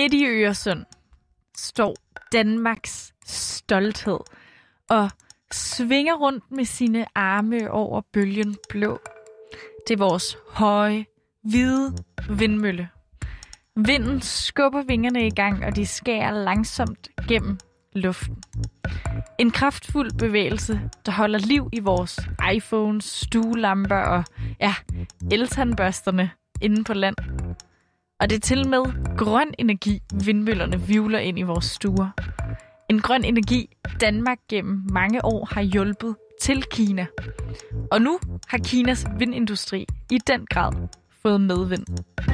Midt i Øresund står Danmarks stolthed og svinger rundt med sine arme over bølgen blå. Det er vores høje, hvide vindmølle. Vinden skubber vingerne i gang, og de skærer langsomt gennem luften. En kraftfuld bevægelse, der holder liv i vores iPhones, stuelamper og eltandbørsterne inde på land. Og det er til med grøn energi, vindmøllerne hvirvler ind i vores stuer. En grøn energi, Danmark gennem mange år har hjulpet til Kina. Og nu har Kinas vindindustri i den grad fået medvind.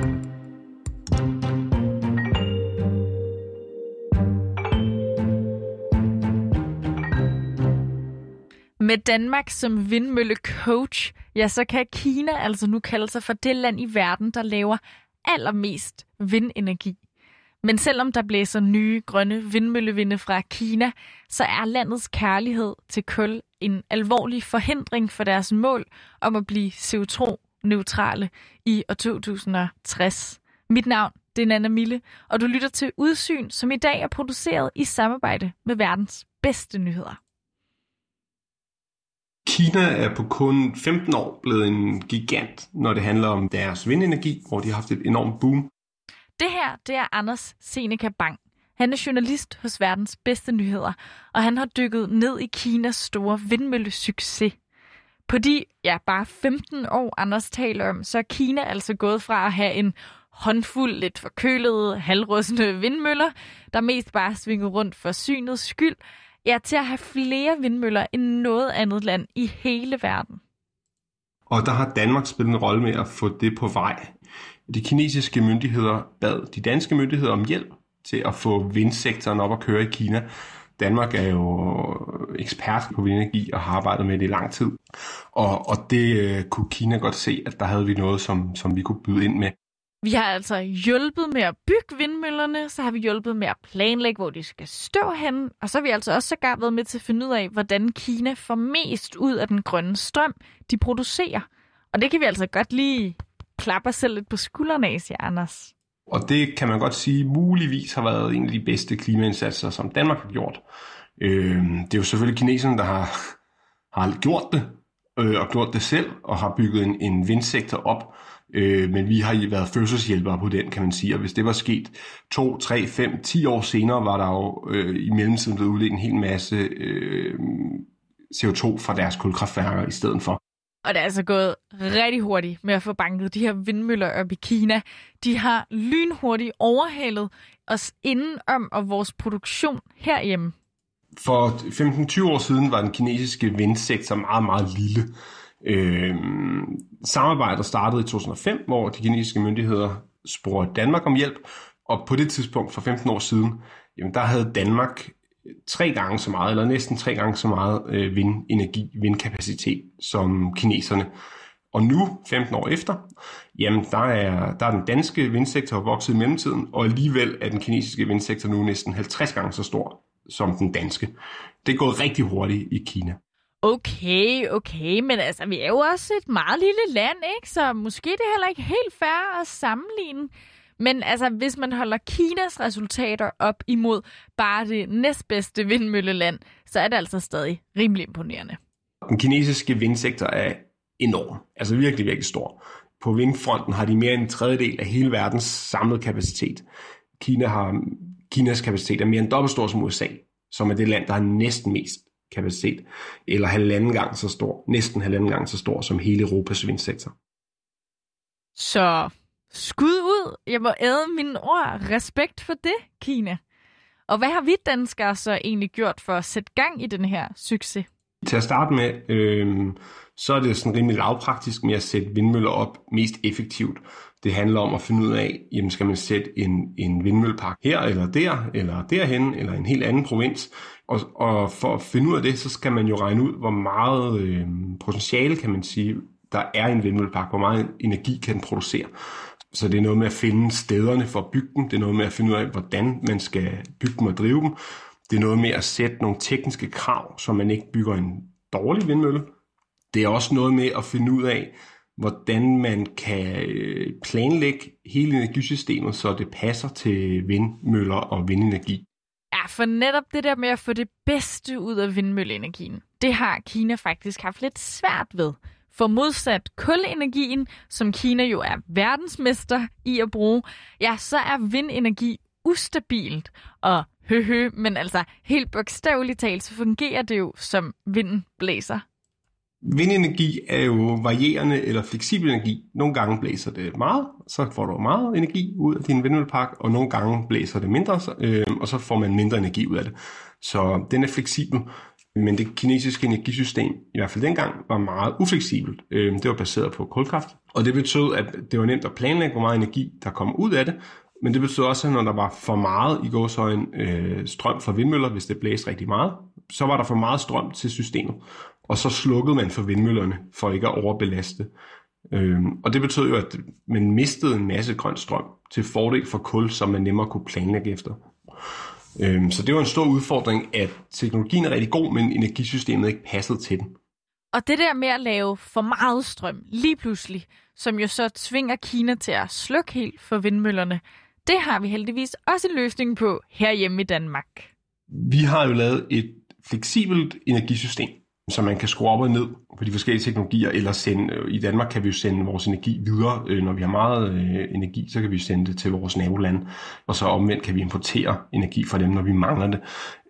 Med Danmark som vindmøllecoach, så kan Kina altså nu kalde sig for det land i verden, der laver allermest vindenergi. Men selvom der blæser nye grønne vindmøllevinde fra Kina, så er landets kærlighed til kul en alvorlig forhindring for deres mål om at blive CO2-neutrale i år 2060. Mit navn, det er Nana Mille, og du lytter til Udsyn, som i dag er produceret i samarbejde med verdens bedste nyheder. Kina er på kun 15 år blevet en gigant, når det handler om deres vindenergi, hvor de har haft et enormt boom. Det her, det er Anders Seneca Bang. Han er journalist hos verdens bedste nyheder, og han har dykket ned i Kinas store vindmøllesucces. På de, bare 15 år, Anders taler om, så er Kina altså gået fra at have en håndfuld lidt forkølede, halvrustne vindmøller, der mest bare svinger rundt for synets skyld, til at have flere vindmøller end noget andet land i hele verden. Og der har Danmark spillet en rolle med at få det på vej. De kinesiske myndigheder bad de danske myndigheder om hjælp til at få vindsektoren op at køre i Kina. Danmark er jo ekspert på vindenergi og har arbejdet med det i lang tid. Og det kunne Kina godt se, at der havde vi noget, som vi kunne byde ind med. Vi har altså hjulpet med at bygge vindmøllerne, så har vi hjulpet med at planlægge, hvor de skal stå henne, og så har vi altså også sågar været med til at finde ud af, hvordan Kina får mest ud af den grønne strøm, de producerer. Og det kan vi altså godt lige klappe os selv lidt på skuldrene af, siger Anders. Og det kan man godt sige, muligvis har været en af de bedste klimaindsatser, som Danmark har gjort. Det er jo selvfølgelig kineserne, der har gjort det, og gjort det selv, og har bygget en vindsektor op. Men vi har været fødselshjælpere på den, kan man sige. Og hvis det var sket 2, 3, 5, 10 år senere, var der jo i mellemtiden blevet udledt en hel masse CO2 fra deres kulkraftværker i stedet for. Og det er altså gået rigtig hurtigt med at få banket de her vindmøller op i Kina. De har lynhurtigt overhalet os indenom og vores produktion herhjemme. For 15-20 år siden var den kinesiske vindsektor meget, meget lille. Samarbejdet startede i 2005, hvor de kinesiske myndigheder spurgte Danmark om hjælp. Og på det tidspunkt, for 15 år siden, der havde Danmark 3 gange så meget, eller næsten 3 gange så meget vindkapacitet som kineserne. Og nu, 15 år efter, der er den danske vindsektor vokset i mellemtiden, og alligevel er den kinesiske vindsektor nu næsten 50 gange så stor som den danske. Det er gået rigtig hurtigt i Kina. Okay, men altså, vi er jo også et meget lille land, ikke? Så måske det er heller ikke helt fair at sammenligne. Men altså, hvis man holder Kinas resultater op imod bare det næstbedste vindmølleland, så er det altså stadig rimelig imponerende. Den kinesiske vindsektor er enorm, altså virkelig, virkelig stor. På vindfronten har de mere end en tredjedel af hele verdens samlede kapacitet. Kinas kapacitet er mere end dobbelt stor som USA, som er det land, der har næsten mest kapacitet, eller næsten halvanden gang så stor som hele Europas vindsektor. Så skud ud. Jeg må æde mine ord. Respekt for det, Kina. Og hvad har vi danskere så egentlig gjort for at sætte gang i den her succes? Til at starte med, så er det sådan rimelig lavpraktisk med at sætte vindmøller op mest effektivt. Det handler om at finde ud af, skal man sætte en vindmøllepark her eller der, eller derhen, eller en helt anden provins. Og for at finde ud af det, så skal man jo regne ud, hvor meget potentiale, kan man sige, der er i en vindmøllepark. Hvor meget energi kan den producere. Så det er noget med at finde stederne for at bygge dem. Det er noget med at finde ud af, hvordan man skal bygge dem og drive dem. Det er noget med at sætte nogle tekniske krav, så man ikke bygger en dårlig vindmølle. Det er også noget med at finde ud af, hvordan man kan planlægge hele energisystemet, så det passer til vindmøller og vindenergi. Ja, for netop det der med at få det bedste ud af vindmølleenergien, det har Kina faktisk haft lidt svært ved. For modsat kulenergien, som Kina jo er verdensmester i at bruge, ja, så er vindenergi ustabilt. Og men altså helt bogstaveligt talt, så fungerer det jo, som vinden blæser. Vindenergi er jo varierende eller fleksibel energi. Nogle gange blæser det meget, så får du meget energi ud af din vindmøllepark, og nogle gange blæser det mindre, og så får man mindre energi ud af det. Så den er fleksibel, men det kinesiske energisystem, i hvert fald dengang, var meget ufleksibelt. Det var baseret på kulkraft, og det betød, at det var nemt at planlægge, hvor meget energi der kom ud af det, men det betød også, at når der var for meget i gåseøjne strøm fra vindmøller, hvis det blæste rigtig meget, så var der for meget strøm til systemet. Og så slukkede man for vindmøllerne, for ikke at overbelaste. Og det betød jo, at man mistede en masse grøn strøm til fordel for kul, som man nemmere kunne planlægge efter. Så det var en stor udfordring, at teknologien er rigtig god, men energisystemet ikke passede til den. Og det der med at lave for meget strøm lige pludselig, som jo så tvinger Kina til at slukke helt for vindmøllerne, det har vi heldigvis også en løsning på herhjemme i Danmark. Vi har jo lavet et fleksibelt energisystem, så man kan skrue op og ned på de forskellige teknologier, eller sende, i Danmark kan vi jo sende vores energi videre. Når vi har meget energi, så kan vi sende det til vores nabolande, og så omvendt kan vi importere energi fra dem, når vi mangler det.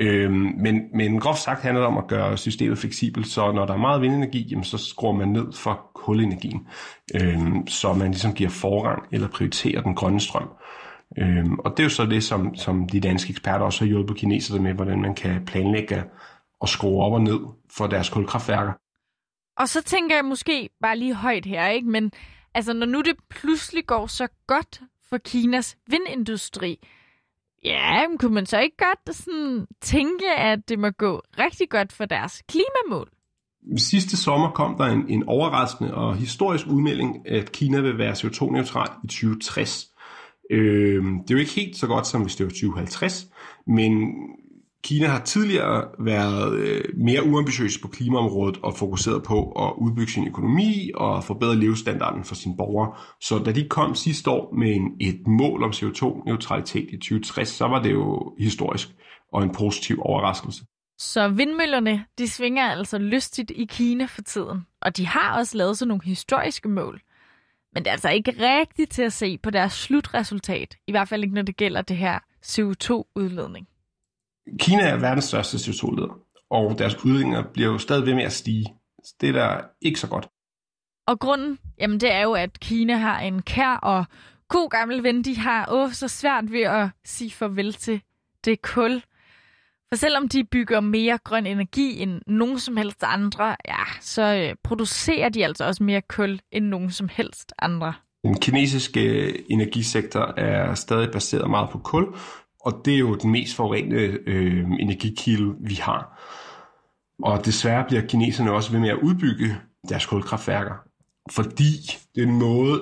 Men groft sagt handler det om at gøre systemet fleksibelt, så når der er meget vindenergi, jamen, så skruer man ned for kulenergien, så man ligesom giver forrang eller prioriterer den grønne strøm. Og det er jo så det, som de danske eksperter også har hjulpet kineserne med, hvordan man kan planlægge og skrue op og ned for deres kulkraftværker. Og så tænker jeg måske bare lige højt her, ikke? Men altså, når nu det pludselig går så godt for Kinas vindindustri, ja, kunne man så ikke godt sådan tænke, at det må gå rigtig godt for deres klimamål? Sidste sommer kom der en overraskende og historisk udmelding, at Kina vil være CO2-neutral i 2060. Det er jo ikke helt så godt, som hvis det var 2050, men Kina har tidligere været mere uambitiøs på klimaområdet og fokuseret på at udbygge sin økonomi og forbedre levestandarden for sine borgere. Så da de kom sidste år med et mål om CO2-neutralitet i 2060, så var det jo historisk og en positiv overraskelse. Så vindmøllerne, de svinger altså lystigt i Kina for tiden, og de har også lavet sådan nogle historiske mål. Men det er altså ikke rigtigt til at se på deres slutresultat, i hvert fald ikke når det gælder det her CO2-udledning. Kina er verdens største CO2-leder, og deres udledninger bliver jo stadig ved med at stige. Det er da ikke så godt. Og grunden, jamen det er jo, at Kina har en kær og god gammel ven, de har så svært ved at sige farvel til det kul. For selvom de bygger mere grøn energi end nogen som helst andre, ja, så producerer de altså også mere kul end nogen som helst andre. Den kinesiske energisektor er stadig baseret meget på kul, og det er jo den mest forurenende energikilde, vi har. Og desværre bliver kineserne også ved med at udbygge deres kulkraftværker, fordi det er en måde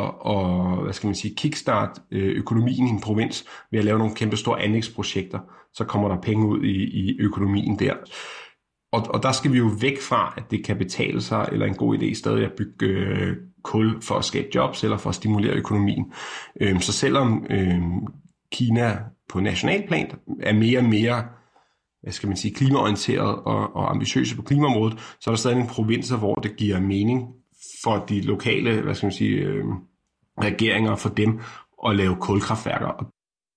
at kickstarte økonomien i en provins ved at lave nogle kæmpe store anlægsprojekter. Så kommer der penge ud i økonomien der. Og der skal vi jo væk fra, at det kan betale sig, eller en god idé stadig at bygge kul for at skabe jobs, eller for at stimulere økonomien. Så selvom Kina på nationalplan er mere og mere klimaorienteret og ambitiøse på klimaområdet, så er der stadig en provinser, hvor det giver mening for de lokale regeringer for dem at lave kulkraftværker.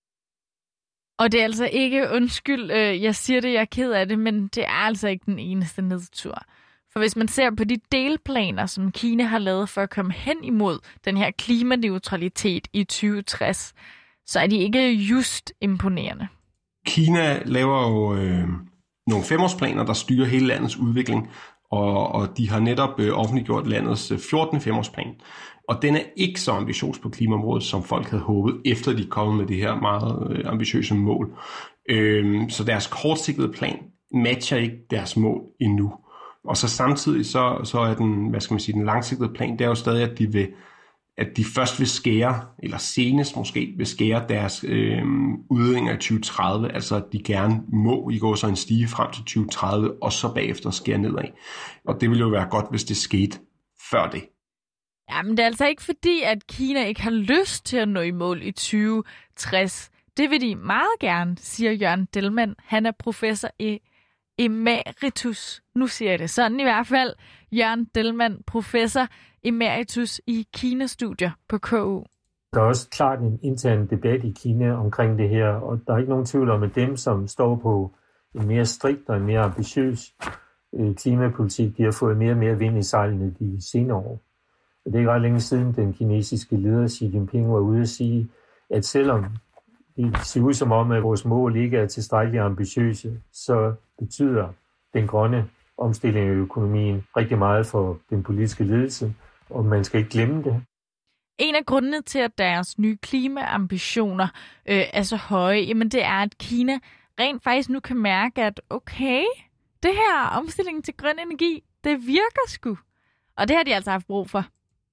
Og det er altså ikke, undskyld, jeg siger det, jeg er ked af det, men det er altså ikke den eneste nedtur. For hvis man ser på de delplaner, som Kina har lavet for at komme hen imod den her klimaneutralitet i 2060, så er de ikke just imponerende. Kina laver jo nogle 5-årsplaner, der styrer hele landets udvikling, og de har netop offentliggjort landets 14. 5-årsplan. Og den er ikke så ambitiøs på klimaområdet, som folk havde håbet, efter de kom med det her meget ambitiøse mål. Så deres kortsigtede plan matcher ikke deres mål endnu. Og så samtidig så er den, den langsigtede plan, det er jo stadig, at de først vil skære, eller senest måske vil skære deres udledninger i 2030, altså at de gerne må gå så en stige frem til 2030, og så bagefter skære nedad. Og det ville jo være godt, hvis det skete før det. Jamen, det er altså ikke fordi, at Kina ikke har lyst til at nå i mål i 2060. Det vil de meget gerne, siger Jørgen Delman. Han er professor emeritus. Nu siger jeg det sådan i hvert fald. Jørgen Delman, professor emeritus i Kina-studier på KU. Der er også klart en intern debat i Kina omkring det her, og der er ikke nogen tvivl om, at dem, som står på en mere strikt og en mere ambitiøs klimapolitik, de har fået mere og mere vind i sejlene de senere år. Og det er ikke ret længe siden, den kinesiske leder Xi Jinping var ude at sige, at selvom det ser ud som om, at vores mål ikke er tilstrækkeligt ambitiøse, så betyder den grønne omstilling af økonomien rigtig meget for den politiske ledelse, og man skal ikke glemme det. En af grundene til, at deres nye klimaambitioner er så høje, jamen det er, at Kina rent faktisk nu kan mærke, at okay, det her omstilling til grøn energi, det virker sgu. Og det har de altså haft brug for.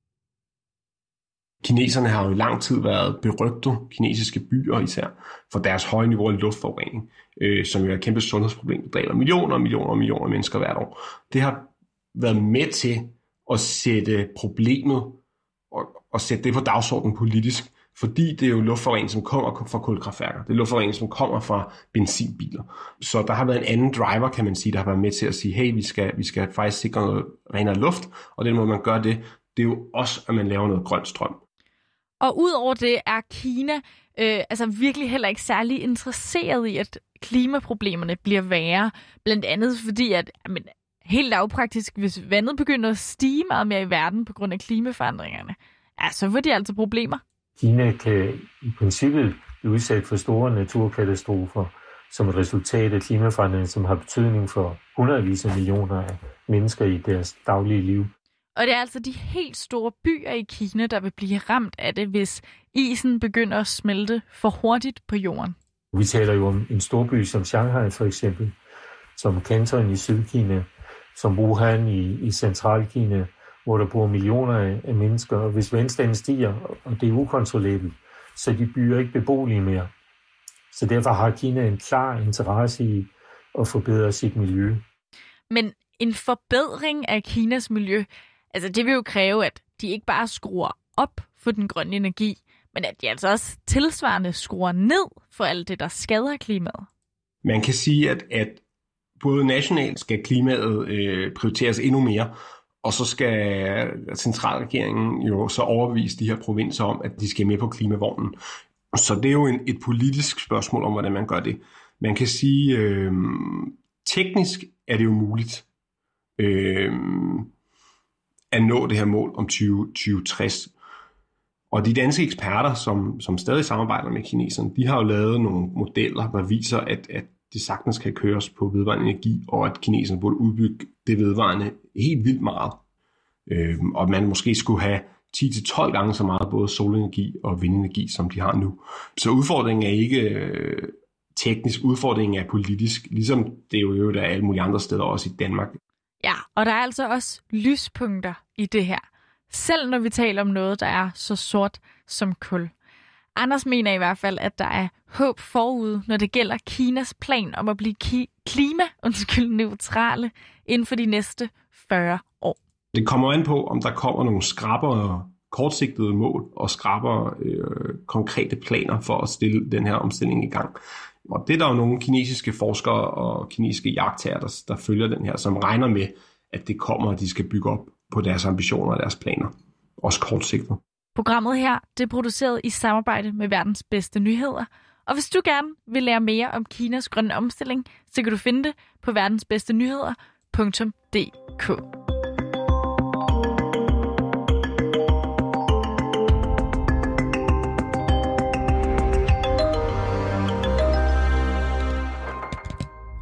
Kineserne har jo i lang tid været berygtet, kinesiske byer især, for deres høje niveau af luftforurening, som jo er et kæmpe sundhedsproblem, der dræber millioner af mennesker hvert år. Det har været med til at sætte problemet og sætte det på dagsordenen politisk, fordi det er jo luftforurening, som kommer fra kulkraftværker. Det er luftforurening, som kommer fra benzinbiler. Så der har været en anden driver, kan man sige, der har været med til at sige, hey, vi skal faktisk sikre noget renere luft, og den måde, man gør det, det er jo også, at man laver noget grøn strøm. Og udover det er Kina virkelig heller ikke særlig interesseret i, at klimaproblemerne bliver værre. Blandt andet fordi, at helt lavpraktisk, hvis vandet begynder at stige meget mere i verden på grund af klimaforandringerne, så får de altså problemer. Kina kan i princippet blive udsat for store naturkatastrofer som et resultat af klimaforandringen, som har betydning for hundredvis af millioner af mennesker i deres daglige liv. Og det er altså de helt store byer i Kina, der vil blive ramt af det, hvis isen begynder at smelte for hurtigt på jorden. Vi taler jo om en storby som Shanghai for eksempel, som Canton i Sydkina, som Wuhan i Centralkina, hvor der bor millioner af mennesker. Og hvis vandstanden stiger, og det er ukontrollabelt, så de byer ikke beboelige mere. Så derfor har Kina en klar interesse i at forbedre sit miljø. Men en forbedring af Kinas miljø, det vil jo kræve, at de ikke bare skruer op for den grønne energi, men at de altså også tilsvarende skruer ned for alt det, der skader klimaet. Man kan sige, at både nationalt skal klimaet prioriteres endnu mere, og så skal centralregeringen jo så overbevise de her provinser om, at de skal med på klimavognen. Så det er jo et politisk spørgsmål om, hvordan man gør det. Man kan sige, teknisk er det jo muligt at nå det her mål om 2060. Og de danske eksperter, som stadig samarbejder med kineserne, de har jo lavet nogle modeller, der viser, at det sagtens kan køres på vedvarende energi, og at kineserne burde udbygge det vedvarende helt vildt meget. Og man måske skulle have 10-12 gange så meget både solenergi og vindenergi, som de har nu. Så udfordringen er ikke teknisk, udfordringen er politisk, ligesom det jo er alle mulige andre steder, også i Danmark. Ja, og der er altså også lyspunkter i det her. Selv når vi taler om noget, der er så sort som kul. Anders mener i hvert fald, at der er håb forude, når det gælder Kinas plan om at blive klimaneutrale inden for de næste 40 år. Det kommer an på, om der kommer nogle skrappere kortsigtede mål og skrappere konkrete planer for at stille den her omstilling i gang. Og det er der jo nogle kinesiske forskere og kinesiske jagttager, der følger den her, som regner med, at det kommer, at de skal bygge op på deres ambitioner og deres planer. Også kortsigtet. Programmet her, det er produceret i samarbejde med Verdens Bedste Nyheder. Og hvis du gerne vil lære mere om Kinas grønne omstilling, så kan du finde det på verdensbedstenyheder.dk.